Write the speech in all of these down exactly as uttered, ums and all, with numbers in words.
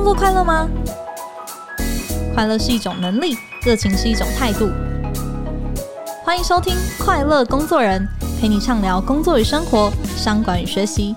工作快乐吗？快乐是一种能力，热情是一种态度。欢迎收听《快乐工作人》，陪你畅聊工作与生活、商管与学习。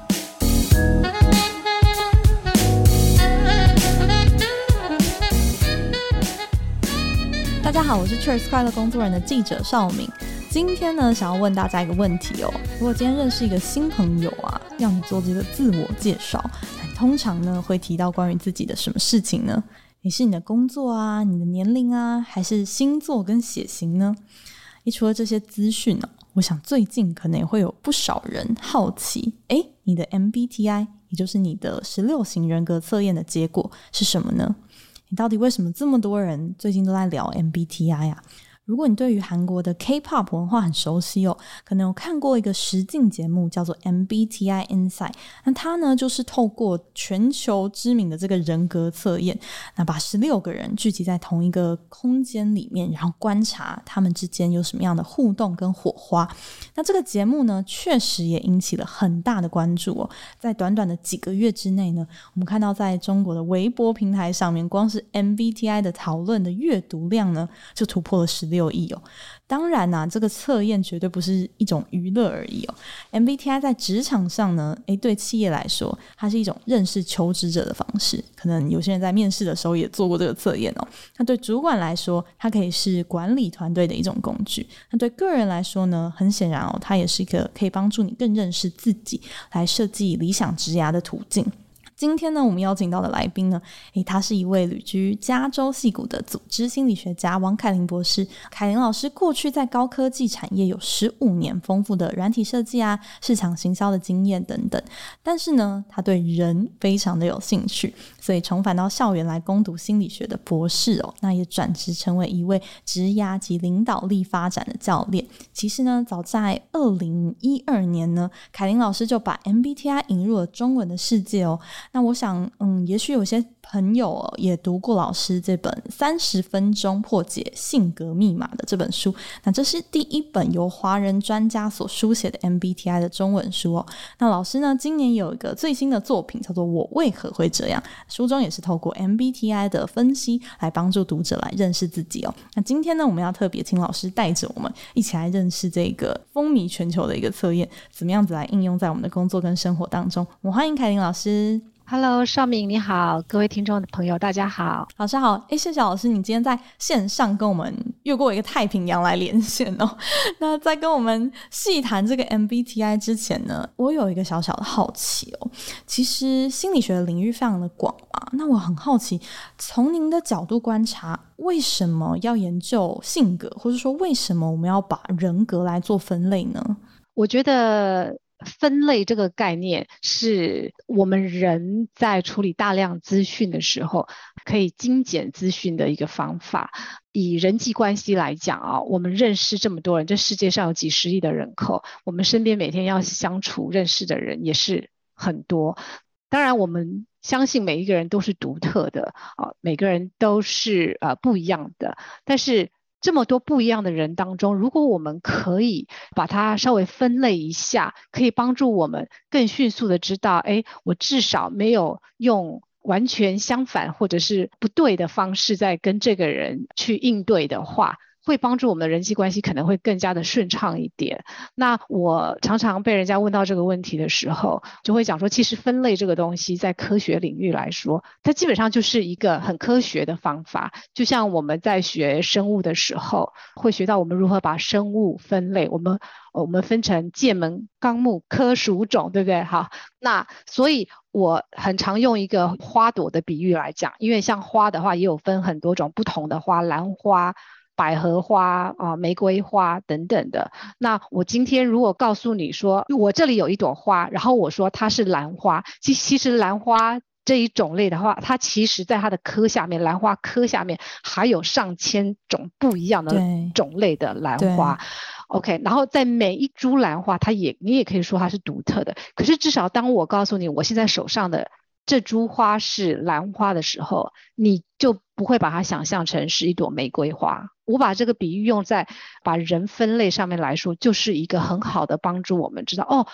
大家好，我是 Cheers 快乐工作人的记者邵敏。今天呢，想要问大家一个问题哦。如果今天认识一个新朋友啊，要你做这个自我介绍，那你通常呢会提到关于自己的什么事情呢？你是你的工作啊，你的年龄啊，还是星座跟血型呢？除了这些资讯哦，我想最近可能也会有不少人好奇，诶，你的 M B T I， 也就是你的十六型人格测验的结果是什么呢？你到底为什么这么多人最近都在聊 M B T I 啊？如果你对于韩国的 K-pop 文化很熟悉哦，可能有看过一个实境节目叫做 M B T I Inside， 那它呢就是透过全球知名的这个人格测验，那把十六个人聚集在同一个空间里面，然后观察他们之间有什么样的互动跟火花。那这个节目呢确实也引起了很大的关注哦，在短短的几个月之内呢，我们看到在中国的微博平台上面，光是 M B T I 的讨论的阅读量呢就突破了十六亿哦。当然啊，这个测验绝对不是一种娱乐而已哦。M B T I 在职场上呢，诶，对企业来说，它是一种认识求职者的方式。可能有些人在面试的时候也做过这个测验哦。那对主管来说，它可以是管理团队的一种工具。那对个人来说呢，很显然哦，它也是一个可以帮助你更认识自己，来设计理想职涯的途径。今天呢，我们邀请到的来宾呢，诶，他是一位旅居加州矽谷的组织心理学家王凯琳博士。凯琳老师过去在高科技产业有十五年丰富的软体设计啊、市场行销的经验等等，但是呢，他对人非常的有兴趣，所以重返到校园来攻读心理学的博士哦，那也转职成为一位职涯及领导力发展的教练。其实呢，早在二零一二年呢，凯琳老师就把 M B T I 引入了中文的世界哦。那我想嗯，也许有些朋友、哦、也读过老师这本三十分钟破解性格密码的这本书，那这是第一本由华人专家所书写的 M B T I 的中文书哦。那老师呢今年有一个最新的作品叫做我为何会这样，书中也是透过 M B T I 的分析来帮助读者来认识自己哦。那今天呢，我们要特别请老师带着我们一起来认识这个风靡全球的一个测验，怎么样子来应用在我们的工作跟生活当中。我欢迎凯琳老师。 Hello， 邵敏你好，各位听众的朋友大家好。 老师好。诶，谢谢老师，你今天在线上跟我们越过一个太平洋来连线哦。那在跟我们细谈这个 M B T I 之前呢，我有一个小小的好奇哦。其实心理学的领域非常的广嘛，那我很好奇，从您的角度观察，为什么要研究性格，或者说为什么我们要把人格来做分类呢？ 我觉得分类这个概念是我们人在处理大量资讯的时候可以精简资讯的一个方法。以人际关系来讲啊，我们认识这么多人，这世界上有几十亿的人口，我们身边每天要相处认识的人也是很多。当然我们相信每一个人都是独特的、啊、每个人都是、呃、不一样的，但是这么多不一样的人当中，如果我们可以把它稍微分类一下，可以帮助我们更迅速的知道，诶，我至少没有用完全相反或者是不对的方式在跟这个人去应对的话，会帮助我们的人际关系可能会更加的顺畅一点。那我常常被人家问到这个问题的时候，就会讲说，其实分类这个东西在科学领域来说，它基本上就是一个很科学的方法。就像我们在学生物的时候，会学到我们如何把生物分类，我们我们分成界门纲目科属种，对不对？好，那所以我很常用一个花朵的比喻来讲，因为像花的话也有分很多种不同的花，兰花、百合花、啊、玫瑰花等等的。那我今天如果告诉你说我这里有一朵花，然后我说它是兰花，其其实兰花这一种类的话，它其实在它的科下面，兰花科下面还有上千种不一样的种类的兰花。OK， 然后在每一株兰花，它也你也可以说它是独特的。可是至少当我告诉你我现在手上的这株花是兰花的时候，你就不会把它想象成是一朵玫瑰花。我把这个比喻用在把人分类上面来说，就是一个很好的帮助我们知道，哦，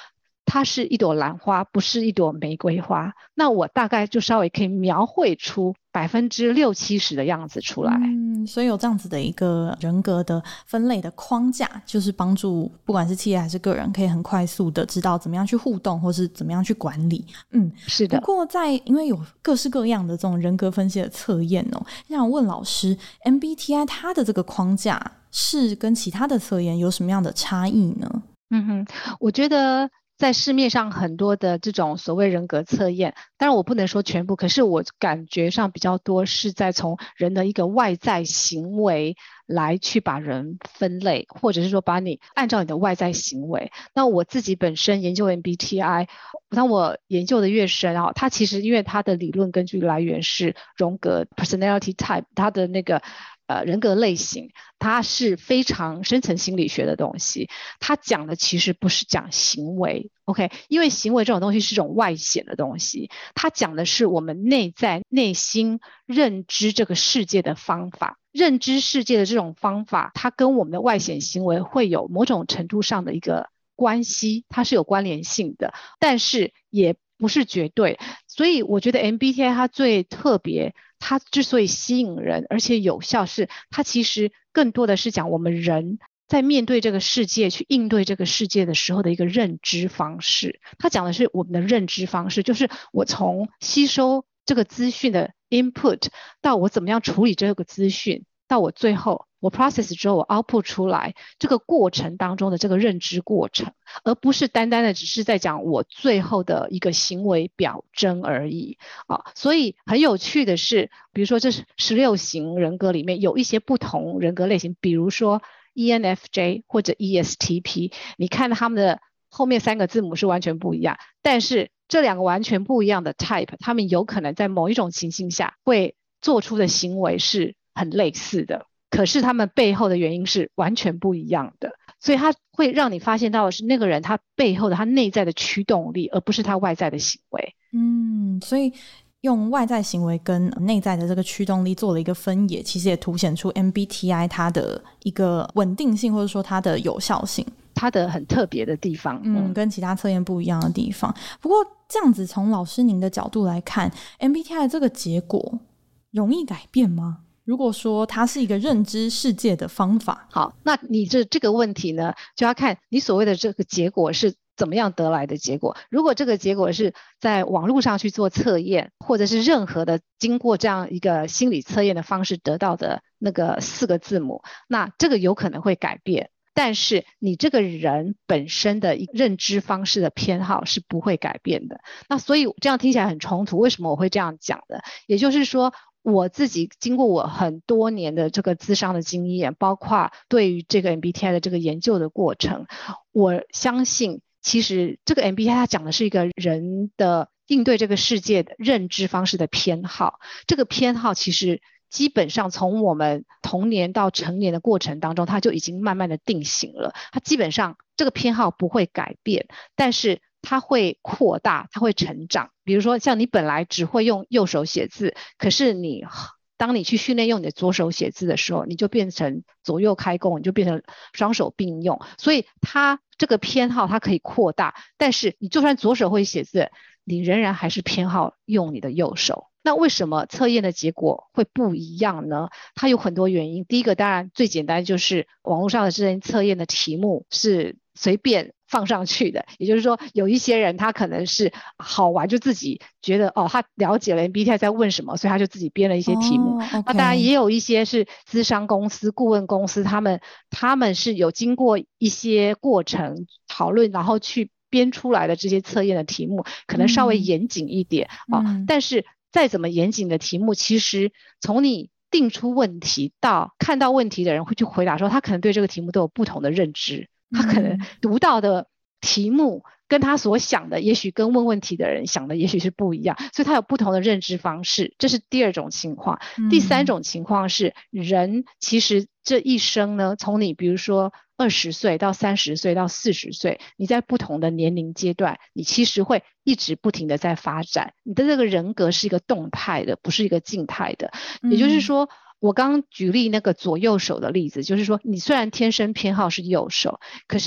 它是一朵兰花，不是一朵玫瑰花，那我大概就稍微可以描绘出百分之六七十的样子出来。 嗯，所以有这样子的一个人格的分类的框架，就是帮助不管是企业还是个人可以很快速的知道怎么样去互动，或是怎么样去管理。嗯， 是的。 不过在因为有各式各样的这种人格分析的测验哦，想问老师 M B T I 它的这个框架是跟其他的测验有什么样的差异呢？ 嗯哼，我觉得在市面上很多的这种所谓人格测验，当然我不能说全部，可是我感觉上比较多是在从人的一个外在行为来去把人分类，或者是说把你按照你的外在行为。那我自己本身研究 M B T I， 当我研究的越深啊，它其实因为它的理论根据来源是荣格 personality type， 它的那个呃，人格类型，它是非常深层心理学的东西。它讲的其实不是讲行为 ，OK？ 因为行为这种东西是一种外显的东西，它讲的是我们内在内心认知这个世界的方法。认知世界的这种方法，它跟我们的外显行为会有某种程度上的一个关系，它是有关联性的，但是也不是绝对。所以我觉得 M B T I 它最特别，它之所以吸引人而且有效，是它其实更多的是讲我们人在面对这个世界去应对这个世界的时候的一个认知方式。它讲的是我们的认知方式，就是我从吸收这个资讯的 input 到我怎么样处理这个资讯，到我最后我 process 之后我 output 出来，这个过程当中的这个认知过程，而不是单单的只是在讲我最后的一个行为表征而已啊。所以很有趣的是，比如说这十六型人格里面有一些不同人格类型，比如说 E N F J 或者 E S T P， 你看他们的后面三个字母是完全不一样，但是这两个完全不一样的 type， 他们有可能在某一种情形下会做出的行为是很类似的，可是他们背后的原因是完全不一样的。所以它会让你发现到的是那个人他背后的他内在的驱动力，而不是他外在的行为。 嗯，所以用外在行为跟内在的这个驱动力做了一个分野，其实也凸显出 M B T I 它的一个稳定性，或者说它的有效性， 它的很特别的地方。 嗯，跟其他测验不一样的地方。不过这样子从老师您的角度来看， M B T I 这个结果容易改变吗？如果说它是一个认知世界的方法， 好，那你这这个问题呢，就要看你所谓的这个结果是怎么样得来的结果。如果这个结果是在网络上去做测验，或者是任何的经过这样一个心理测验的方式得到的那个四个字母，那这个有可能会改变。但是你这个人本身的认知方式的偏好是不会改变的。那所以这样听起来很冲突，为什么我会这样讲的？也就是说，我自己经过我很多年的这个咨商的经验，包括对于这个 M B T I 的这个研究的过程，我相信其实这个 M B T I 它讲的是一个人的应对这个世界的认知方式的偏好。这个偏好其实基本上从我们童年到成年的过程当中，它就已经慢慢的定型了。它基本上这个偏好不会改变，但是它会扩大，它会成长。比如说像你本来只会用右手写字，可是你当你去训练用你的左手写字的时候，你就变成左右开弓，你就变成双手并用。所以它这个偏好它可以扩大，但是你就算左手会写字，你仍然还是偏好用你的右手。那为什么测验的结果会不一样呢？它有很多原因。第一个当然最简单就是网络上的这些测验的题目是随便放上去的，也就是说有一些人他可能是好玩，就自己觉得哦他了解了 M B T I 在问什么，所以他就自己编了一些题目。 哦 okay、 那当然也有一些是咨商公司顾问公司，他们他们是有经过一些过程讨论，然后去编出来的这些测验的题目可能稍微严谨一点、嗯哦、但是再怎么严谨的题目，其实从你定出问题到看到问题的人会去回答说，他可能对这个题目都有不同的认知，他可能读到的题目跟他所想的也许跟问问题的人想的也许是不一样，所以他有不同的认知方式。这是第二种情况、嗯、第三种情况是人其实这一生呢，从你比如说二十岁到三十岁到四十岁，你在不同的年龄阶段，你其实会一直不停的在发展，你的这个人格是一个动态的，不是一个静态的、嗯、也就是说我刚刚举例那个左右手的例子，就是说你虽然天生偏好是右手，可是你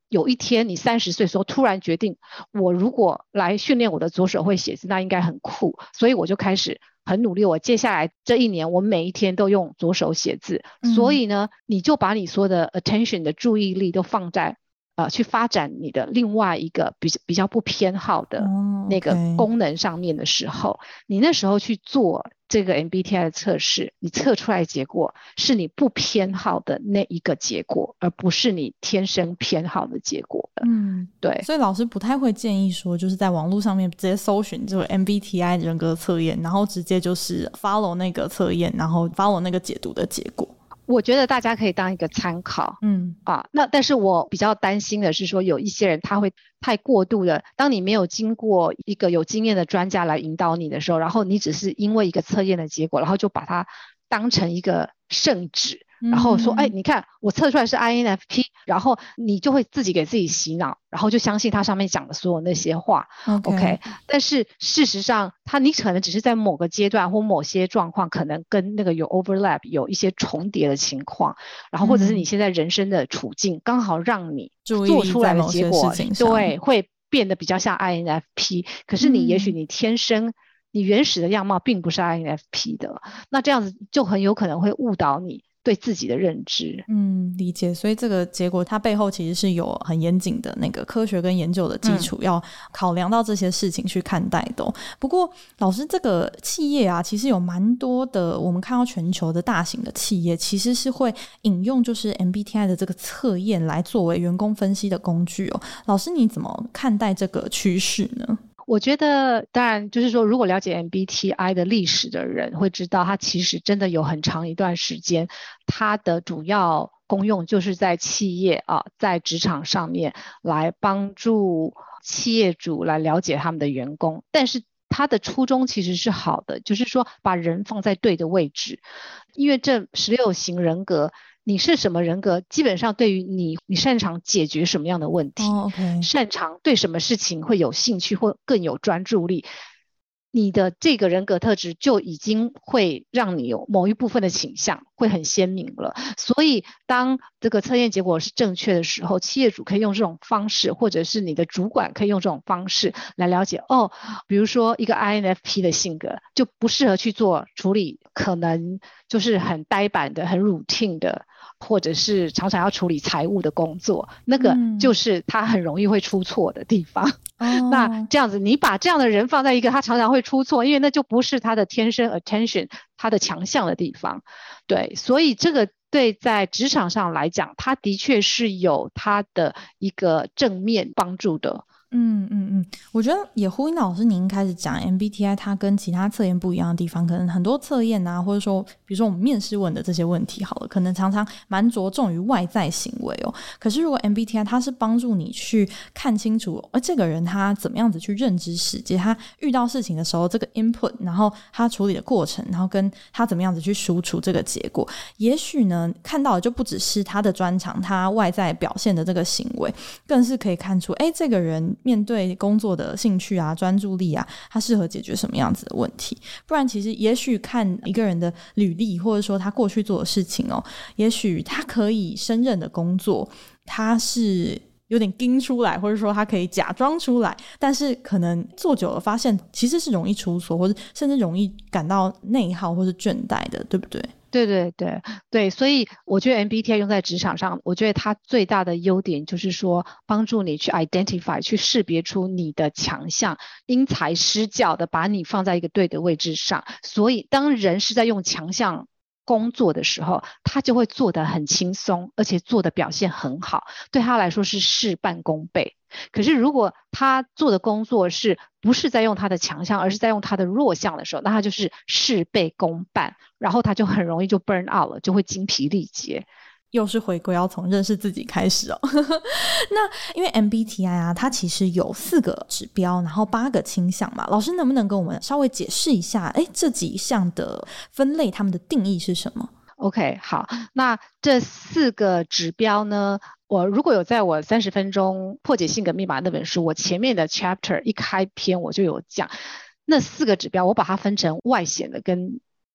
有一天你三十岁的时候突然决定，我如果来训练我的左手会写字，那应该很酷，所以我就开始很努力，我接下来这一年我每一天都用左手写字、嗯、所以呢你就把你所有的 attention 的注意力都放在呃去发展你的另外一个比比较不偏好的那个功能上面的时候、oh, okay. 你那时候去做这个 M B T I 的测试，你测出来的结果是你不偏好的那一个结果，而不是你天生偏好的结果的。嗯，对。 所以老师不太会建议说就是在网络上面直接搜寻这个 M B T I 人格测验，然后直接就是 follow 那个测验，然后 follow 那个解读的结果。 我觉得大家可以当一个参考，嗯啊，那但是我比较担心的是说，有一些人他会太过度的，当你没有经过一个有经验的专家来引导你的时候，然后你只是因为一个测验的结果，然后就把它当成一个圣旨，然后说，哎，你看我测出来是 I N F P， 然后你就会自己给自己洗脑，然后就相信它上面讲的所有那些话 ，OK，, okay 但是事实上，它你可能只是在某个阶段或某些状况，可能跟那个有 overlap 有一些重叠的情况，然后或者是你现在人生的处境、嗯、刚好让你做出来的结果，对，会变得比较像 I N F P， 可是你也许你天生、嗯你原始的样貌并不是 I N F P 的，那这样子就很有可能会误导你对自己的认知。 嗯，理解。所以这个结果它背后其实是有很严谨的那个科学跟研究的基础、嗯、要考量到这些事情去看待的、哦、不过老师这个企业啊其实有蛮多的，我们看到全球的大型的企业其实是会引用就是 M B T I 的这个测验来作为员工分析的工具哦。老师你怎么看待这个趋势呢？ 我觉得当然就是说，如果了解 M B T I 的历史的人会知道，它其实真的有很长一段时间它的主要功用就是在企业啊，在职场上面来帮助企业主来了解他们的员工，但是它的初衷其实是好的，就是说把人放在对的位置，因为这十六型人格你是什么人格，基本上对于你你擅长解决什么样的问题、 oh, okay. 擅长对什么事情会有兴趣或更有专注力，你的这个人格特质就已经会让你有某一部分的倾向会很鲜明了。所以当这个测验结果是正确的时候，企业主可以用这种方式，或者是你的主管可以用这种方式来了解，哦，比如说一个 I N F P 的性格就不适合去做处理可能就是很呆板的很 routine 的，或者是常常要处理财务的工作，那个就是他很容易会出错的地方、嗯、那这样子你把这样的人放在一个他常常会出错，因为那就不是他的天生 attention 他的强项的地方，对，所以这个对在职场上来讲，他的确是有他的一个正面帮助的。 嗯嗯嗯，我觉得也呼应到老师您开始讲 M B T I 它跟其他测验不一样的地方，可能很多测验啊，或者说比如说我们面试问的这些问题好了，可能常常蛮着重于外在行为哦。可是如果 M B T I 它是帮助你去看清楚而这个人他怎么样子去认知世界，他遇到事情的时候这个 input， 然后他处理的过程，然后跟他怎么样子去输出这个结果，也许呢看到的就不只是他的专长，他外在表现的这个行为，更是可以看出哎，这个人面对工作的兴趣啊专注力啊，他适合解决什么样子的问题。不然其实也许看一个人的履历，或者说他过去做的事情哦，也许他可以胜任的工作他是有点盯出来，或者说他可以假装出来，但是可能做久了发现其实是容易出错，或者甚至容易感到内耗或是倦怠的，对不对？ 对对对对，所以我觉得 M B T I 用在职场上，我觉得它最大的优点就是说帮助你去 identify 去识别出你的强项，因材施教的把你放在一个对的位置上。所以当人是在用强项工作的时候，他就会做得很轻松，而且做的表现很好，对他来说是事半功倍。可是如果他做的工作是不是在用他的强项，而是在用他的弱项的时候，那他就是事倍功半，然后他就很容易就 burn out 了，就会精疲力竭。 又是回归要从认识自己开始哦。那因为 M B T I 啊，它其实有四个指标，然后八个倾向嘛，老师能不能跟我们稍微解释一下，哎，这几项的分类它们的定义是什么？ OK， 好，那这四个指标呢，我如果有在我三十分钟破解性格密码那本书，我前面的 chapter 一开篇我就有讲那四个指标，我把它分成外显的跟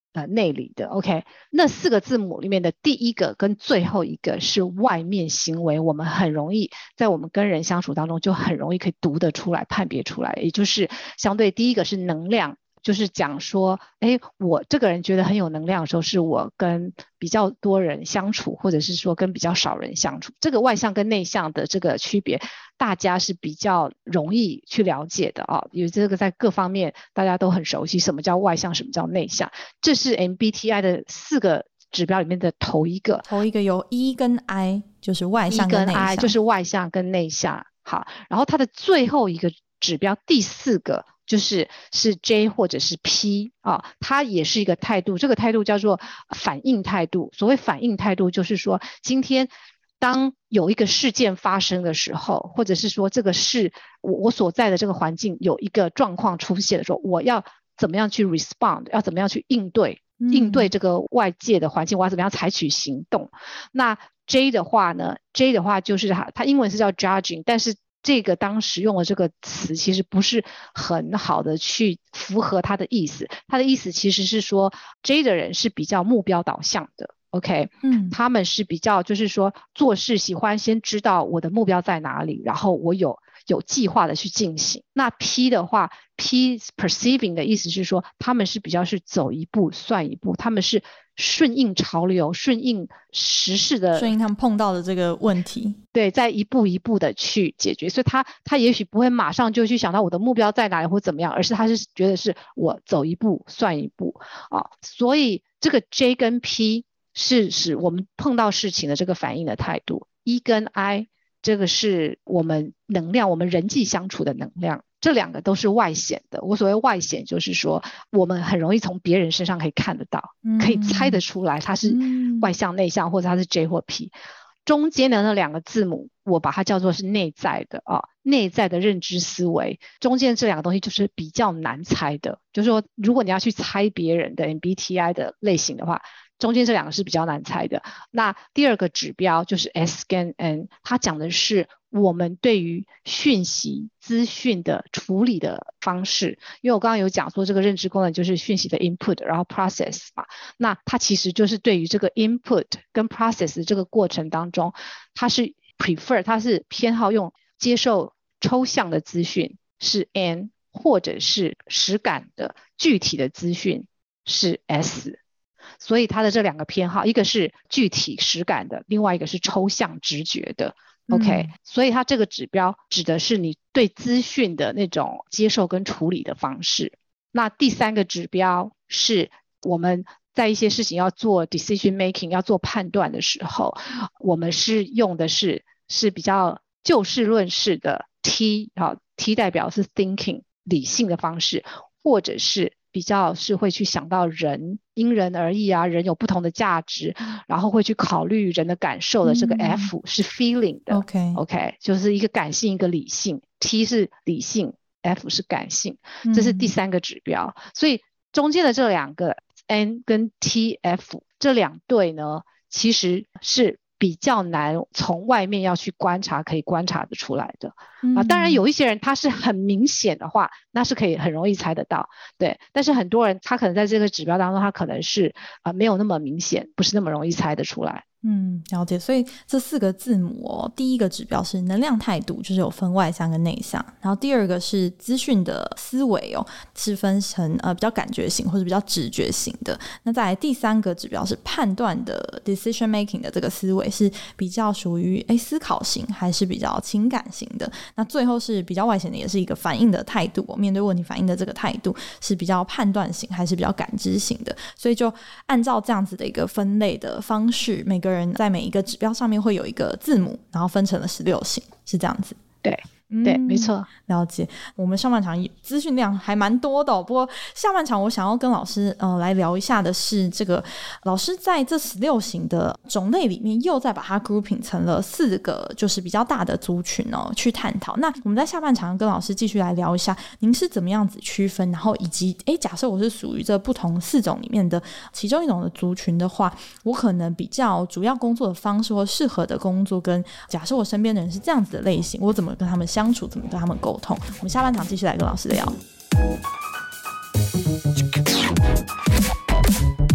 呃内里的 OK。 那四个字母里面的第一个跟最后一个是外面行为，我们很容易在我们跟人相处当中就很容易可以读得出来判别出来，也就是相对第一个是能量，就是讲说哎，我这个人觉得很有能量的时候是我跟比较多人相处，或者是说跟比较少人相处。这个外向跟内向的这个区别大家是比较容易去了解的啊，因为这个在各方面大家都很熟悉，什么叫外向，什么叫内向。这是 M B T I 的四个指标里面的头一个， 头一个有 E 跟 I 就是外向跟内向， E 跟 I 就是外向跟内向。好，然后它的最后一个指标第四个就是是 J 或者是 P 啊，它也是一个态度，这个态度叫做反应态度。所谓反应态度就是说今天当有一个事件发生的时候，或者是说这个事我我所在的这个环境有一个状况出现的时候，我要怎么样去 respond， 要怎么样去应对、嗯、应对这个外界的环境，我要怎么样采取行动。那 J 的话呢 J 的话就是它它英文是叫 judging， 但是这个当时用的这个词其实不是很好的去符合它的意思，它的意思其实是说 J 的人是比较目标导向的 OK， 嗯，他们是比较就是说做事喜欢先知道我的目标在哪里，然后我有有计划的去进行。那 P 的话 P perceiving 的意思是说他们是比较是走一步算一步，他们是顺应潮流，顺应时事的， 顺应他们碰到的这个问题， 对，在一步一步的去解决。所以他他也许不会马上就去想到我的目标在哪里或怎么样，而是他是觉得是我走一步算一步啊。所以这个 J 跟 P 是使我们碰到事情的这个反应的态度， E 跟 I 这个是我们能量，我们人际相处的能量，这两个都是外显的。我所谓外显就是说我们很容易从别人身上可以看得到、嗯、可以猜得出来他是外向内向、嗯、或者他是 J 或 P。 中间的那两个字母我把它叫做是内在的啊，内在的认知思维。中间这两个东西就是比较难猜的，就是说如果你要去猜别人的 M B T I 的类型的话，中间这两个是比较难猜的。那第二个指标就是 S 跟 N， 它讲的是我们对于讯息资讯的处理的方式。因为我刚刚有讲说这个认知功能就是讯息的 input 然后 process 嘛，那它其实就是对于这个 input 跟 process 的这个过程当中，它是 prefer 它是偏好用接受抽象的资讯是 N， 或者是实感的具体的资讯是 S。所以它的这两个偏好，一个是具体实感的，另外一个是抽象直觉的 OK、嗯、所以它这个指标指的是你对资讯的那种接受跟处理的方式。那第三个指标是我们在一些事情要做 decision making 要做判断的时候，我们是用的是是比较就事论事的 T， T 代表是 thinking 理性的方式，或者是比较是会去想到人因人而异啊，人有不同的价值，然后会去考虑人的感受的这个 F、嗯、是 feeling 的 OK OK 就是一个感性一个理性， T 是理性 F 是感性，这是第三个指标、嗯、所以中间的这两个 N 跟 T F 这两对呢其实是比较难从外面要去观察可以观察得出来的、嗯啊、当然有一些人他是很明显的话那是可以很容易猜得到，对，但是很多人他可能在这个指标当中他可能是、呃、没有那么明显，不是那么容易猜得出来。 嗯，了解。所以这四个字母哦，第一个指标是能量态度，就是有分外向跟内向，然后第二个是资讯的思维哦，是分成呃比较感觉型或者比较直觉型的。那再来第三个指标是判断的 decision making 的这个思维，是比较属于诶思考型还是比较情感型的。那最后是比较外显的，也是一个反应的态度、哦、面对问题反应的这个态度是比较判断型还是比较感知型的。所以就按照这样子的一个分类的方式，每个人在每一个指标上面会有一个字母，然后分成了十六型，是这样子。 对对、嗯、没错， 了解。我们上半场资讯量还蛮多的、哦、不过下半场我想要跟老师呃来聊一下的是这个老师在这十六型的种类里面又再把它 grouping 成了四个就是比较大的族群哦去探讨。那我们在下半场跟老师继续来聊一下您是怎么样子区分，然后以及诶假设我是属于这不同四种里面的其中一种的族群的话，我可能比较主要工作的方式或适合的工作跟假设我身边的人是这样子的类型，我怎么跟他们相相处，怎么跟他们沟通。我们下半场继续来跟老师聊。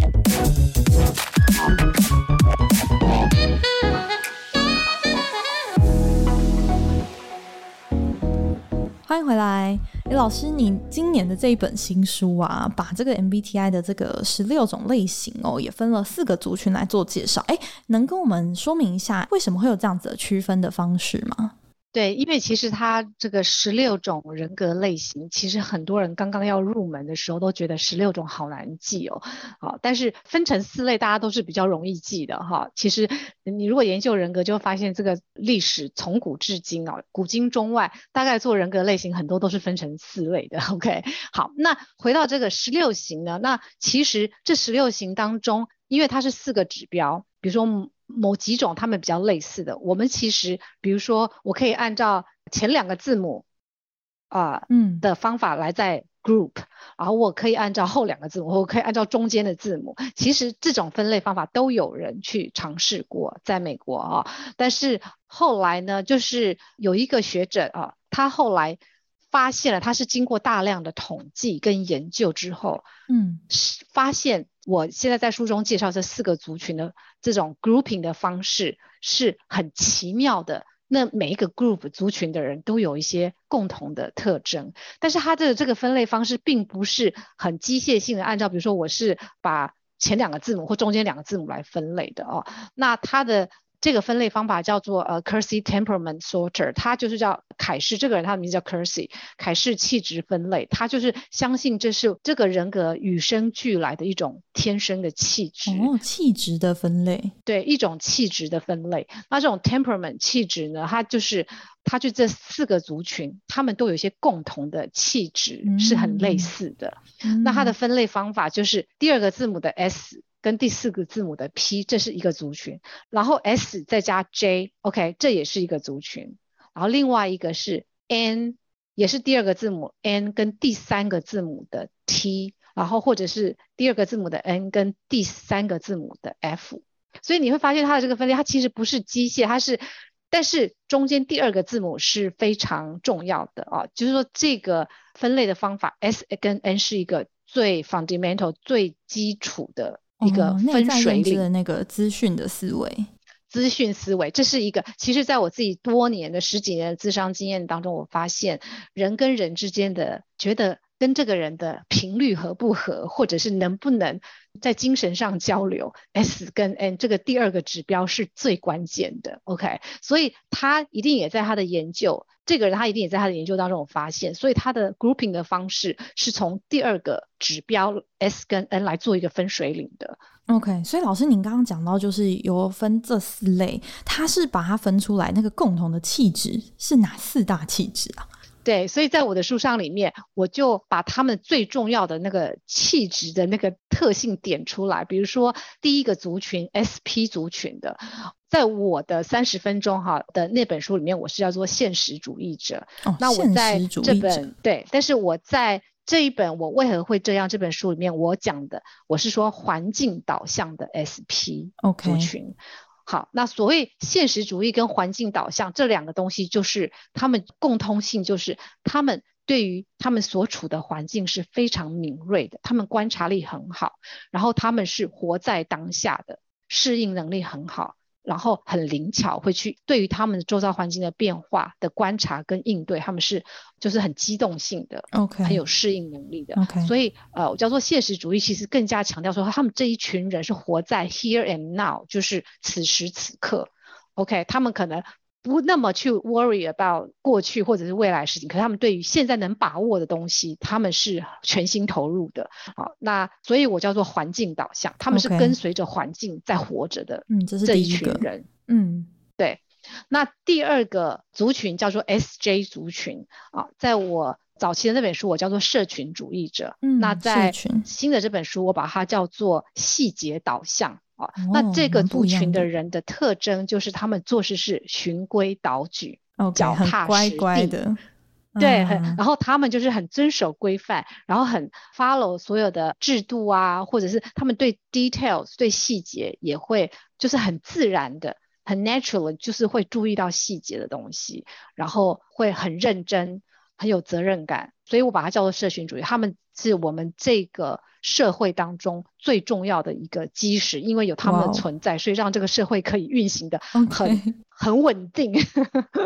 欢迎回来。诶，老师，你今年的这一本新书啊，把这个 M B T I 的这个十六种类型哦，也分了四个族群来做介绍。诶，能跟我们说明一下为什么会有这样子的区分的方式吗？ 对，因为其实它这个十六种人格类型，其实很多人刚刚要入门的时候都觉得十六种好难记哦。好，但是分成四类，大家都是比较容易记的哈。其实你如果研究人格，就会发现这个历史从古至今哦，古今中外，大概做人格类型很多都是分成四类的。OK， 好，那回到这个十六型呢，那其实这十六型当中，因为它是四个指标，比如说某几种它们比较类似的，我们其实比如说我可以按照前两个字母啊、呃嗯、的方法来在 group， 然后我可以按照后两个字母，我可以按照中间的字母，其实这种分类方法都有人去尝试过在美国啊，但是后来呢，就是有一个学者啊，他后来发现了，他是经过大量的统计跟研究之后，嗯，发现我现在在书中介绍这四个族群的这种 grouping 的方式是很奇妙的。那每一个 group 族群的人都有一些共同的特征，但是他的这个分类方式并不是很机械性的按照，比如说我是把前两个字母或中间两个字母来分类的哦。那他的这个分类方法叫做呃 Kersey Temperament Sorter， 他就是叫凯士，这个人他的名字叫 Kersey， 凯士气质分类，他就是相信这是这个人格与生俱来的一种天生的气质。 哦，气质的分类。 对，一种气质的分类。那这种 temperament 气质呢，它就是它就这四个族群，他们都有一些共同的气质，嗯、是很类似的、嗯。那它的分类方法就是第二个字母的 S。跟第四个字母的 P， 这是一个族群，然后 S 再加 J，OK， 这也是一个族群，然后另外一个是 N， 也是第二个字母 N 跟第三个字母的 T， 然后或者是第二个字母的 N 跟第三个字母的 F， 所以你会发现它的这个分类，它其实不是机械，它是，但是中间第二个字母是非常重要的啊，就是说这个分类的方法 S 跟 N 是一个最 fundamental 最基础的一个分水岭、 哦、的那个资讯的思维， 资讯思维，这是一个。其实，在我自己多年的十几年的咨商经验当中，我发现人跟人之间的觉得跟这个人的频率合不合，或者是能不能在精神上交流 ，S 跟 N 这个第二个指标是最关键的。OK， 所以他一定也在他的研究。这个人他一定也在他的研究当中有发现，所以他的 grouping 的方式是从第二个指标 S 跟 N 来做一个分水岭的。 OK， 所以老师您刚刚讲到就是有分这四类，他是把它分出来那个共同的气质是哪四大气质啊？ 对，所以在我的书上里面，我就把他们最重要的那个气质的那个特性点出来。比如说第一个族群 S P 族群的，在我的三十分钟哈的那本书里面，我是叫做现实主义者。 哦， 那我在这本对，但是我在这一本我为何会这样这本书里面，我讲的我是说环境导向的 S P 族群。Okay.好，那所谓现实主义跟环境导向这两个东西，就是他们共通性，就是他们对于他们所处的环境是非常敏锐的，他们观察力很好，然后他们是活在当下的，适应能力很好，然后很灵巧，会去对于他们周遭环境的变化的观察跟应对，他们是就是很机动性的 ，OK， 很有适应能力的 ，OK， 所以呃，我叫做现实主义，其实更加强调说，他们这一群人是活在 here and now， 就是此时此刻 ，OK， 他们可能不那么去 worry about 过去或者是未来的事情，可是他们对于现在能把握的东西，他们是全心投入的。好，那所以我叫做环境导向，他们是跟随着环境在活着的这一群人。 嗯， 对。那第二个族群叫做 S J 族群啊，在我早期的那本书我叫做社群主义者， 嗯， 那在新的这本书我把它叫做细节导向。啊、 哦， 那这个族群的人的特征就是他们做事是循规蹈矩， okay, 脚踏实地， 乖乖的， 对，很，然后他们就是很遵守规范，然后很 follow 所有的制度啊，或者是他们对 details 对细节也会就是很自然的很 natural， 就是会注意到细节的东西，然后会很认真很有责任感，所以我把它叫做社群主义，他们是我们这个社会当中最重要的一个基石，因为有他们的存在， wow. 所以让这个社会可以运行的很、okay. 很稳定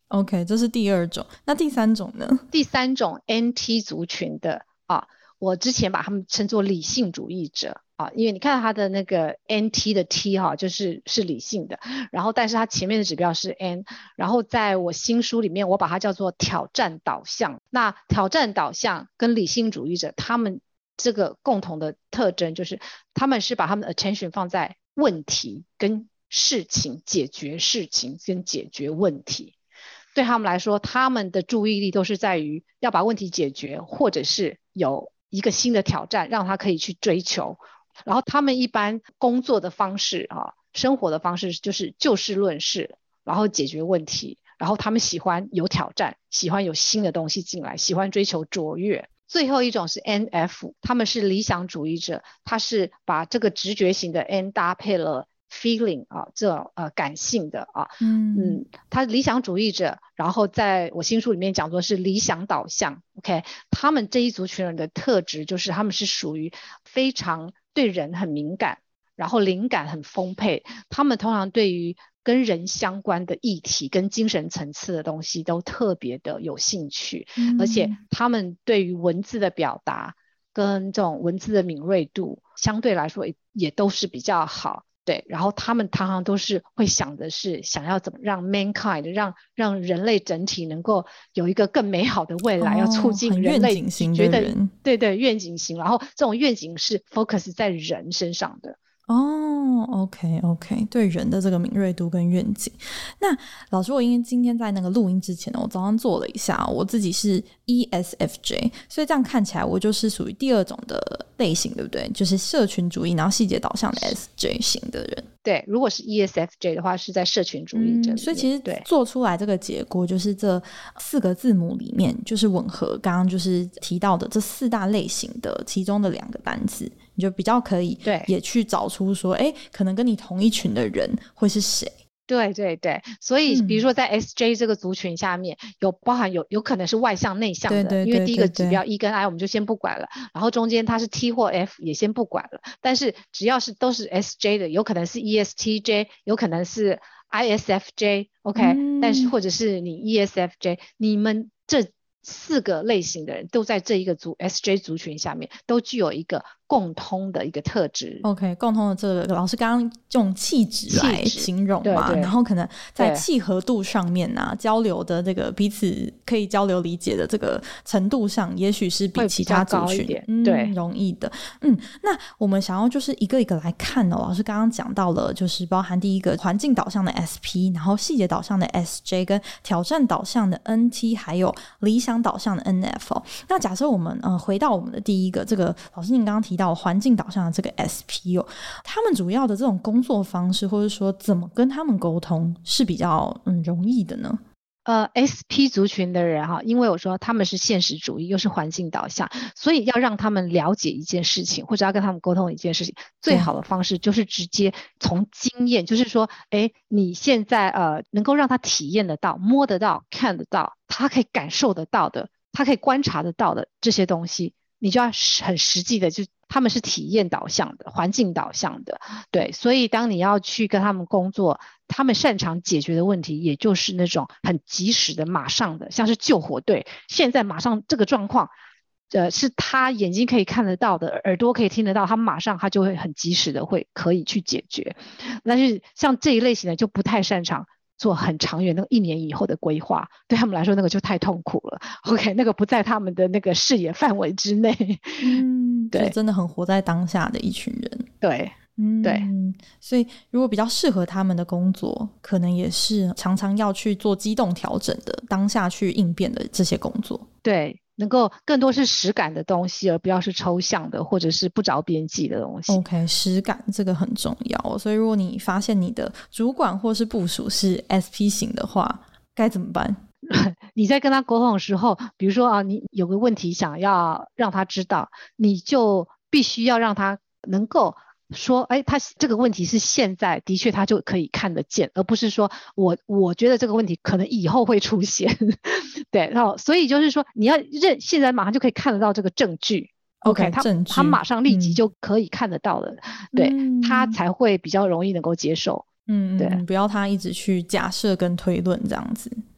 OK， 这是第二种。那第三种呢？ 第三种 N T 族群的啊，我之前把他们称作理性主义者啊，因为你看到他的那个 N T 的 T 哈、啊，就是是理性的，然后但是他前面的指标是 N， 然后在我新书里面我把它叫做挑战导向。那挑战导向跟理性主义者他们这个共同的特征就是他们是把他们的 attention 放在问题跟事情，解决事情跟解决问题。对他们来说，他们的注意力都是在于要把问题解决，或者是有一个新的挑战让他可以去追求。然后他们一般工作的方式啊，生活的方式就是就事论事，然后解决问题。然后他们喜欢有挑战，喜欢有新的东西进来，喜欢追求卓越。最后一种是 N F， 他们是理想主义者，他是把这个直觉型的 N 搭配了 feeling 啊，这种呃感性的啊，嗯嗯，他理想主义者，然后在我新书里面讲说是理想导向 ，OK， 他们这一族群人的特质就是他们是属于非常对人很敏感，然后灵感很丰沛，他们通常对于跟人相关的议题跟精神层次的东西都特别的有兴趣、嗯、而且他们对于文字的表达跟这种文字的敏锐度相对来说 也, 也都是比较好，对，然后他们常常都是会想的是想要怎么让 mankind 让让人类整体能够有一个更美好的未来、哦、要促进人类觉得对对愿景型，然后这种愿景是 focus 在人身上的哦、oh, OK OK， 对人的这个敏锐度跟愿景。那老师，我因为今天在那个录音之前呢，我早上做了一下，我自己是 E S F J， 所以这样看起来我就是属于第二种的类型，对不对？就是社群主义然后细节导向的 S J 型的人。 对，如果是 E S F J 的话是在社群主义者、嗯、 所以其实做出来这个结果就是这四个字母里面就是吻合刚刚就是提到的这四大类型的其中的两个单字，你就比较可以也去找出说哎，可能跟你同一群的人会是谁。 对对对，所以比如说在 S J 这个族群下面、嗯、有包含有有可能是外向内向的， 对对对对对， 因为第一个指标 E 跟 I 我们就先不管了，然后中间它是 T 或 F 也先不管了，但是只要是都是 S J 的，有可能是 E S T J， 有可能是 I S F J OK、嗯、但是或者是你 E S F J， 你们这四个类型的人都在这一个族 S J 族群下面都具有一个共通的一个特质。 OK， 共通的这个老师刚刚用气质来形容嘛， 对对， 然后可能在契合度上面啊，交流的这个彼此可以交流理解的这个程度上也许是比其他族群嗯对容易的。嗯，那我们想要就是一个一个来看哦，老师刚刚讲到了就是包含第一个环境导向的 S P， 然后细节导向的 S J 跟挑战导向的 N T 还有理想导向的 N F 哦。那假设我们呃回到我们的第一个这个老师您刚刚提到环境导向的这个 S P 哦，他们主要的这种工作方式或者说怎么跟他们沟通是比较嗯容易的呢？ 呃 S P 族群的人哈，因为我说他们是现实主义又是环境导向，所以要让他们了解一件事情或者要跟他们沟通一件事情，最好的方式就是直接从经验，就是说诶你现在呃能够让他体验得到摸得到看得到他可以感受得到的他可以观察得到的这些东西，你就要很实际的，就他们是体验导向的环境导向的，对，所以当你要去跟他们工作，他们擅长解决的问题也就是那种很及时的马上的，像是救火队现在马上这个状况呃，是他眼睛可以看得到的，耳朵可以听得到，他马上他就会很及时的会可以去解决。但是像这一类型的就不太擅长做很长远那个一年以后的规划，对他们来说那个就太痛苦了 OK， 那个不在他们的那个视野范围之内。 嗯，对，就真的很活在当下的一群人。 对嗯， 对， 所以如果比较适合他们的工作，可能也是常常要去做机动调整的，当下去应变的这些工作。 对，能够更多是实感的东西，而不要是抽象的或者是不着边际的东西。 OK， 实感这个很重要，所以如果你发现你的主管或是部属是 S P 型的话该怎么办？ 你在跟他沟通的时候，比如说啊，你有个问题想要让他知道，你就必须要让他能够说哎，他这个问题是现在的确他就可以看得见，而不是说我我觉得这个问题可能以后会出现对，然后所以就是说你要认现在马上就可以看得到这个证据 OK， 他, 他马上立即就可以看得到的、嗯、对、嗯、他才会比较容易能够接受。 嗯，对，不要他一直去假设跟推论这样子。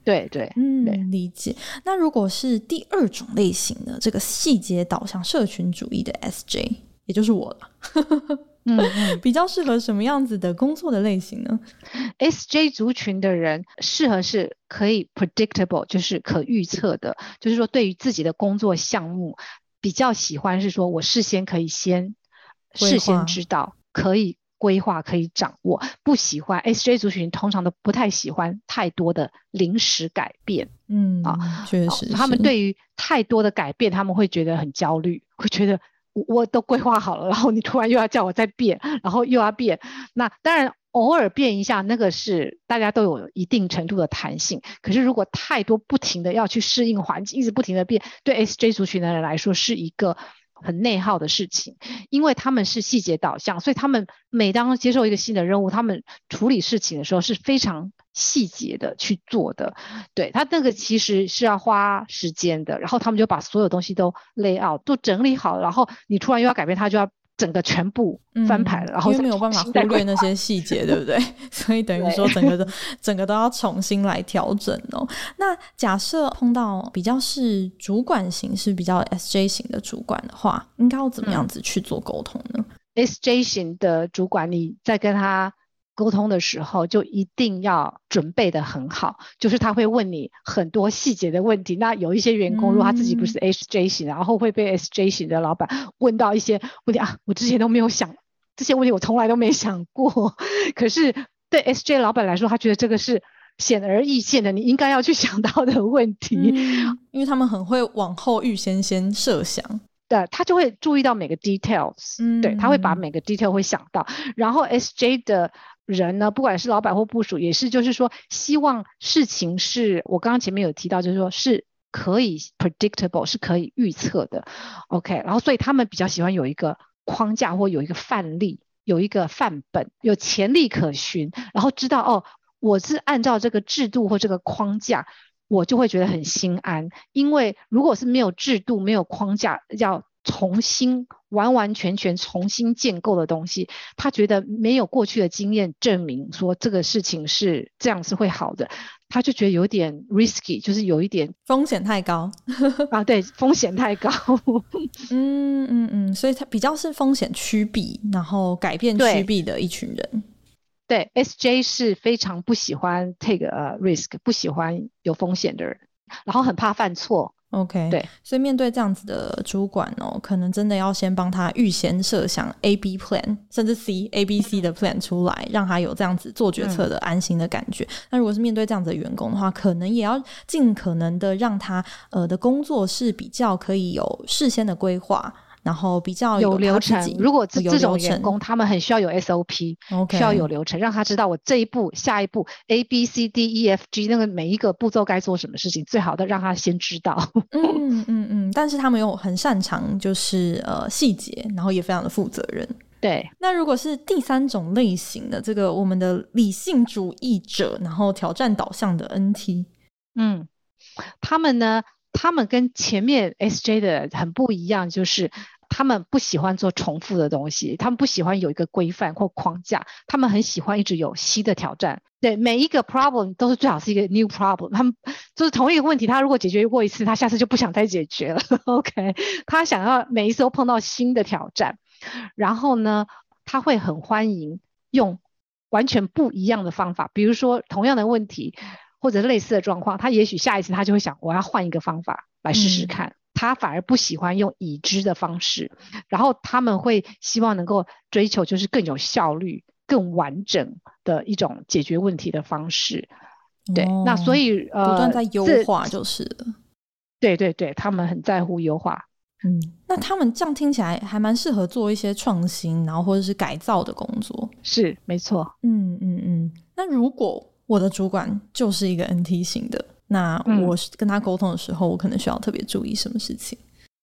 对对， 嗯，理解。那如果是第二种类型的这个细节导向社群主义的 S J， 也就是我了嗯嗯，比较适合什么样子的工作的类型呢？ S J 族群的人适合是可以 predictable， 就是可预测的，就是说对于自己的工作项目比较喜欢是说我事先可以先事先知道，可以规划，可以掌握。不喜欢 S J 族群通常都不太喜欢太多的临时改变。 嗯，啊，确实是， 他们对于太多的改变他们会觉得很焦虑，会觉得我我都规划好了，然后你突然又要叫我再变，然后又要变。那当然偶尔变一下，那个是大家都有一定程度的弹性。可是如果太多不停的要去适应环境，一直不停的变，对 S J 族群的人来说是一个很内耗的事情。因为他们是细节导向，所以他们每当接受一个新的任务，他们处理事情的时候是非常细节的去做的。对，他那个其实是要花时间的，然后他们就把所有东西都 lay out 都整理好，然后你突然又要改变，他就要整个全部翻盘了、嗯、然后因为没有办法忽略那些细节对不对？所以等于说整个都整个都要重新来调整哦。那假设碰到比较是主管型是比较 S J 型的主管的话，应该要怎么样子去做沟通呢、 嗯、S J 型的主管你在跟他沟通的时候就一定要准备得很好，就是他会问你很多细节的问题。那有一些员工如果他自己不是 S J 型、嗯、然后会被 S J 型的老板问到一些问题啊，我之前都没有想，这些问题我从来都没想过，可是对 S J 老板来说他觉得这个是显而易见的，你应该要去想到的问题、 嗯、因为他们很会往后预先先设想， 对，他就会注意到每个 details、嗯、对，他会把每个 detail 会想到。然后 S J 的人呢，不管是老板或部属，也是就是说希望事情是我刚刚前面有提到，就是说是可以 predictable， 是可以预测的 OK。 然后所以他们比较喜欢有一个框架或有一个范例，有一个范本，有前例可循，然后知道哦我是按照这个制度或这个框架，我就会觉得很心安。因为如果是没有制度没有框架，要重新完完全全重新建构的东西，他觉得没有过去的经验证明说这个事情是这样是会好的，他就觉得有点 risky， 就是有一点风险太高啊，对，风险太高嗯嗯嗯，所以他比较是风险趋避，然后改变趋避的一群人。 对， S J 是非常不喜欢 take a risk， 不喜欢有风险的人，然后很怕犯错。 OK， 对， 所以面对这样子的主管哦，可能真的要先帮他预先设想 A B plan 甚至 C A B C 的 plan 出来，让他有这样子做决策的安心的感觉、嗯、那如果是面对这样子的员工的话，可能也要尽可能的让他呃的工作是比较可以有事先的规划，然后比较有流程。如果这这种员工他们很需要有 S O P、okay. 需要有流程，让他知道我这一步下一步 A B C D E F G 那个每一个步骤该做什么事情，最好的让他先知道嗯嗯嗯，但是他们又很擅长就是呃细节，然后也非常的负责任。 对， 那如果是第三种类型的这个我们的理性主义者，然后挑战导向的 N T， 嗯，他们呢他们跟前面 S J 的很不一样，就是他们不喜欢做重复的东西，他们不喜欢有一个规范或框架，他们很喜欢一直有新的挑战。对，每一个 problem 都是最好是一个 new problem， 他们就是同一个问题，他如果解决过一次，他下次就不想再解决了OK， 他想要每一次都碰到新的挑战。然后呢他会很欢迎用完全不一样的方法，比如说同样的问题或者类似的状况，他也许下一次他就会想我要换一个方法来试试看、嗯，他反而不喜欢用已知的方式，然后他们会希望能够追求就是更有效率更完整的一种解决问题的方式。对、哦、那所以呃， 不断在优化就是了。 对对对，他们很在乎优化。 嗯，那他们这样听起来还蛮适合做一些创新然后或者是改造的工作。 是没错。 嗯嗯嗯。那如果我的主管就是一个 N T 型的，那我跟他沟通的时候、嗯、我可能需要特别注意什么事情？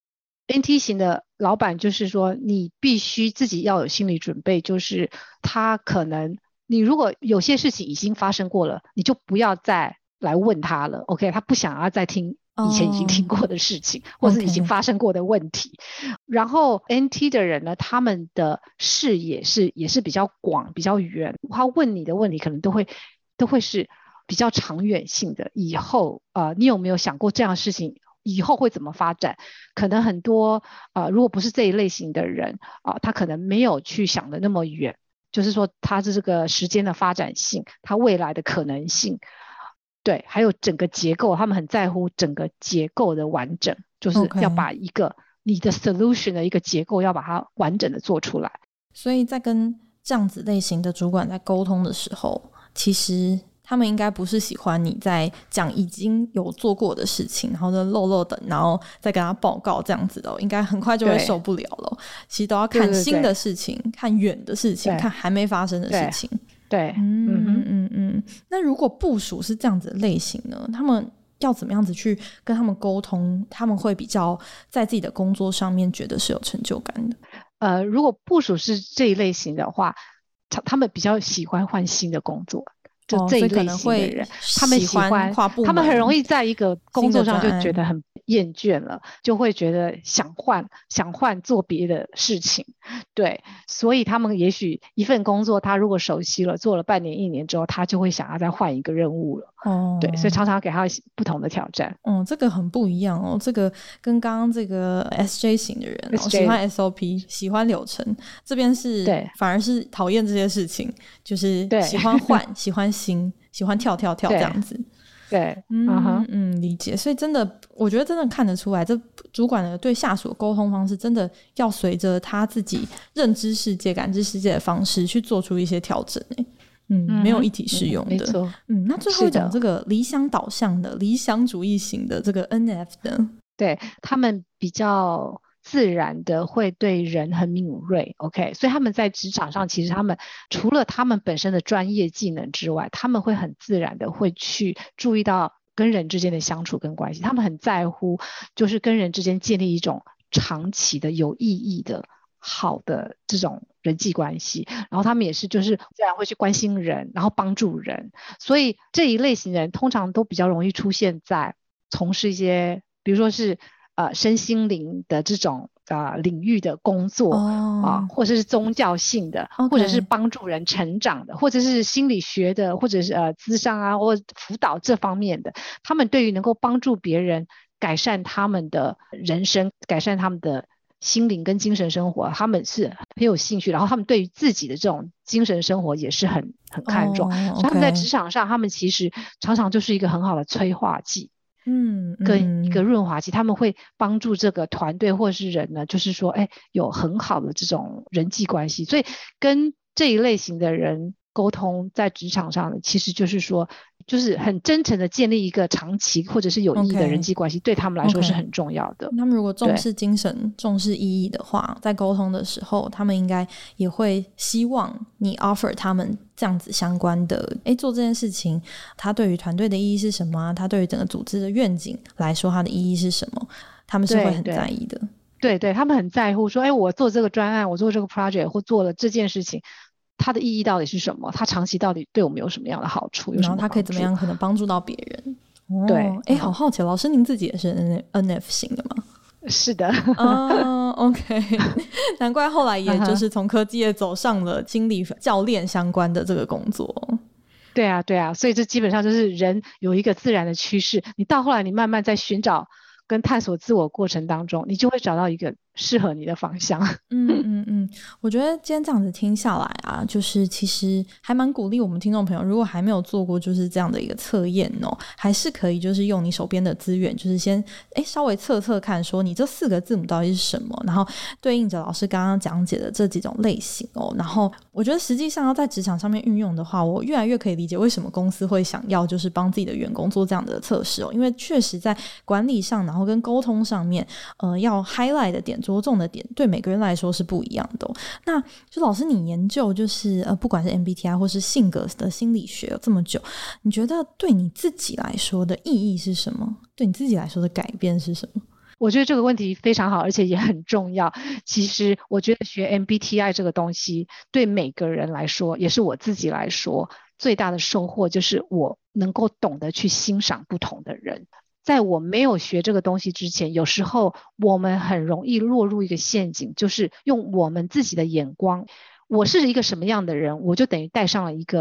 N T 型的老板就是说你必须自己要有心理准备，就是他可能你如果有些事情已经发生过了，你就不要再来问他了 OK， 他不想要再听以前已经听过的事情、oh, 或是已经发生过的问题、okay. 然后 N T 的人呢，他们的视野是也是比较广比较远，他问你的问题可能都会都会是比较长远性的，以后呃，你有没有想过这样的事情以后会怎么发展？可能很多呃，如果不是这一类型的人啊、呃，他可能没有去想的那么远，就是说他的这个时间的发展性，他未来的可能性，对，还有整个结构，他们很在乎整个结构的完整，就是要把一个 OK 你的 solution 的一个结构要把它完整的做出来。 所以在跟这样子类型的主管在沟通的时候，其实他们应该不是喜欢你在讲已经有做过的事情，然后就漏漏等，然后再跟他报告这样子的、哦、应该很快就会受不了了。其实都要看新的事情，对对对，看远的事情，看还没发生的事情。 对， 嗯嗯嗯嗯。那如果部属是这样子的类型呢，他们要怎么样子去跟他们沟通，他们会比较在自己的工作上面觉得是有成就感的？ 呃，如果部属是这一类型的话，他他们比较喜欢换新的工作，就这一类型的人，哦、他们喜欢跨部门， 他们很容易在一个工作上就觉得很厌倦了，就会觉得想换想换做别的事情。对，所以他们也许一份工作他如果熟悉了，做了半年一年之后，他就会想要再换一个任务了。哦，对，所以常常给他不同的挑战。 哦，这个很不一样哦，这个跟刚刚这个 S J 型的人、哦、喜欢 S O P 喜欢流程，这边是对反而是讨厌这些事情，就是喜欢换喜欢新喜欢跳跳跳这样子。 对， 嗯、uh-huh. 嗯，理解。所以真的我觉得真的看得出来，这主管的对下属的沟通方式真的要随着他自己认知世界感知世界的方式去做出一些调整。嗯，没有一体适用的。嗯， 没错。 嗯，那最后一种这个理想导向的理想主义型的这个 N F 呢？ 对，他们比较自然的会对人很敏锐 OK， 所以他们在职场上其实他们除了他们本身的专业技能之外，他们会很自然的会去注意到跟人之间的相处跟关系，他们很在乎就是跟人之间建立一种长期的有意义的好的这种人际关系，然后他们也是就是自然会去关心人，然后帮助人，所以这一类型人通常都比较容易出现在从事一些比如说是呃身心灵的这种呃领域的工作啊、 oh. 呃，或者是宗教性的， okay. 或者是帮助人成长的，或者是心理学的，或者是呃咨商啊或辅导这方面的，他们对于能够帮助别人改善他们的人生，改善他们的心灵跟精神生活，他们是很有兴趣，然后他们对于自己的这种精神生活也是很很看重、oh, okay. 所以他们在职场上他们其实常常就是一个很好的催化剂，嗯，跟一个润滑剂，他们会帮助这个团队或是人呢，就是说哎，有很好的这种人际关系，所以跟这一类型的人沟通在职场上呢，其实就是说就是很真诚的建立一个长期或者是有意义的人际关系、okay. 对他们来说是很重要的。 他们如果重视精神重视意义的话，在沟通的时候他们应该也会希望你 offer 他们这样子相关的诶做这件事情他对于团队的意义是什么、啊、他对于整个组织的愿景来说他的意义是什么，他们是会很在意的。 对 对, 对，他们很在乎说诶我做这个专案，我做这个 project 或做了这件事情，它的意义到底是什么，它长期到底对我们有什么样的好处，有什么然后它可以怎么样可能帮助到别人、哦、 对， 哎，好好奇老师您自己也是 N F 型的吗？ 是的哦、oh, OK 难怪后来也就是从科技业走上了心理教练相关的这个工作。 对啊对啊，所以这基本上就是人有一个自然的趋势，你到后来你慢慢在寻找跟探索自我过程当中，你就会找到一个适合你的方向。 嗯嗯嗯，我觉得今天这样子听下来啊，就是其实还蛮鼓励我们听众朋友，如果还没有做过就是这样的一个测验哦，还是可以就是用你手边的资源，就是先诶稍微测测看说你这四个字母到底是什么，然后对应着老师刚刚讲解的这几种类型哦，然后我觉得实际上要在职场上面运用的话，我越来越可以理解为什么公司会想要就是帮自己的员工做这样的测试哦，因为确实在管理上然后跟沟通上面呃，要 highlight 的点着重的点对每个人来说是不一样的、哦、那就老师你研究就是呃，不管是 M B T I 或是性格的心理学有这么久，你觉得对你自己来说的意义是什么？对你自己来说的改变是什么？ 我觉得这个问题非常好，而且也很重要。其实我觉得学 M B T I 这个东西对每个人来说，也是我自己来说最大的收获，就是我能够懂得去欣赏不同的人。在我没有学这个东西之前，有时候我们很容易落入一个陷阱，就是用我们自己的眼光，我是一个什么样的人，我就等于戴上了一个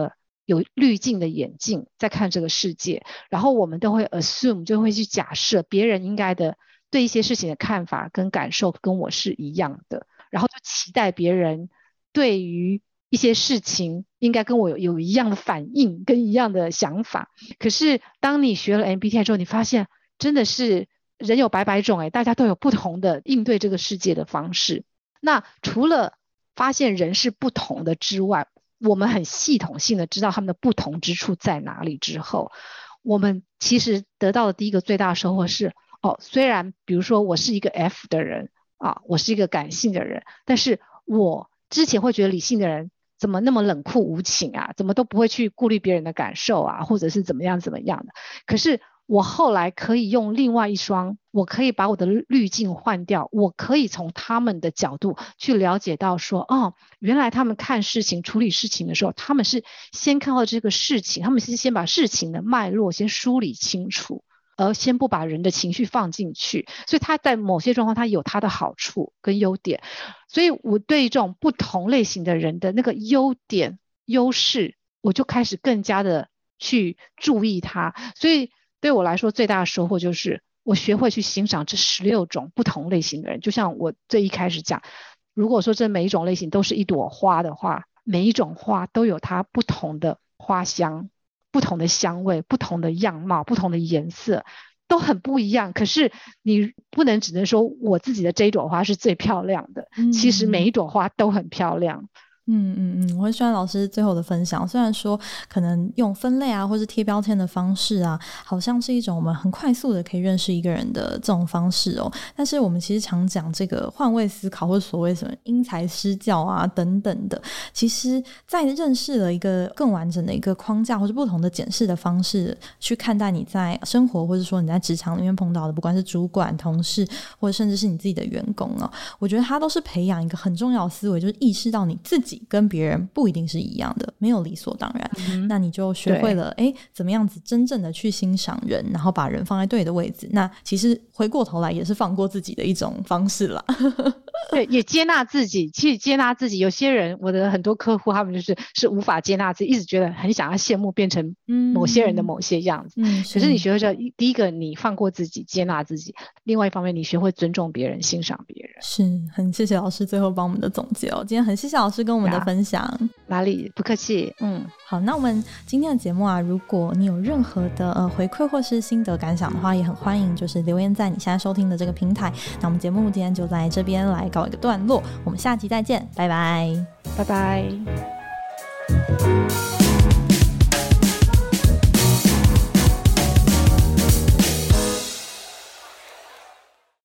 有滤镜的眼镜在看这个世界，然后我们都会 assume 就会去假设别人应该的对一些事情的看法跟感受跟我是一样的，然后就期待别人对于一些事情应该跟我有有一样的反应跟一样的想法。可是当你学了 M B T I 之后，你发现真的是人有百百种，诶，大家都有不同的应对这个世界的方式。那除了发现人是不同的之外，我们很系统性的知道他们的不同之处在哪里之后，我们其实得到的第一个最大的收获是，哦，虽然比如说我是一个 F 的人啊，我是一个感性的人，但是我之前会觉得理性的人怎么那么冷酷无情啊，怎么都不会去顾虑别人的感受啊，或者是怎么样怎么样的。可是我后来可以用另外一双，我可以把我的滤镜换掉，我可以从他们的角度去了解到说，哦，原来他们看事情处理事情的时候，他们是先看到这个事情，他们是先把事情的脉络先梳理清楚，而先不把人的情绪放进去，所以他在某些状况他有他的好处跟优点。所以我对这种不同类型的人的那个优点优势，我就开始更加的去注意他。所以对我来说最大的收获就是我学会去欣赏这十六种不同类型的人。就像我最一开始讲，如果说这每一种类型都是一朵花的话，每一种花都有它不同的花香，不同的香味，不同的样貌，不同的颜色，都很不一样。可是你不能只能说我自己的这一朵花是最漂亮的，嗯，其实每一朵花都很漂亮。 嗯嗯嗯，我很喜欢老师最后的分享。虽然说可能用分类啊或是贴标签的方式啊，好像是一种我们很快速的可以认识一个人的这种方式哦，但是我们其实常讲这个换位思考或者所谓什么因材施教啊等等的，其实在认识了一个更完整的一个框架或是不同的检视的方式去看待你在生活或者说你在职场里面碰到的，不管是主管同事或者甚至是你自己的员工哦，我觉得它都是培养一个很重要的思维，就是意识到你自己跟别人不一定是一样的，没有理所当然，嗯，那你就学会了诶怎么样子真正的去欣赏人，然后把人放在对的位置，那其实回过头来也是放过自己的一种方式啦对，也接纳自己。其实接纳自己，有些人我的很多客户他们就是是无法接纳自己，一直觉得很想要羡慕变成某些人的某些样子，嗯，可是你学会这第一个你放过自己接纳自己，另外一方面你学会尊重别人欣赏别人。 是，很谢谢老师最后帮我们的总结哦，今天很谢谢老师跟我们的分享。 哪里不客气。嗯， 好，那我们今天的节目啊，如果你有任何的呃回馈或是心得感想的话，也很欢迎就是留言在你现在收听的这个平台。那我们节目今天就在这边来告一个段落，我们下期再见，拜拜， 拜拜。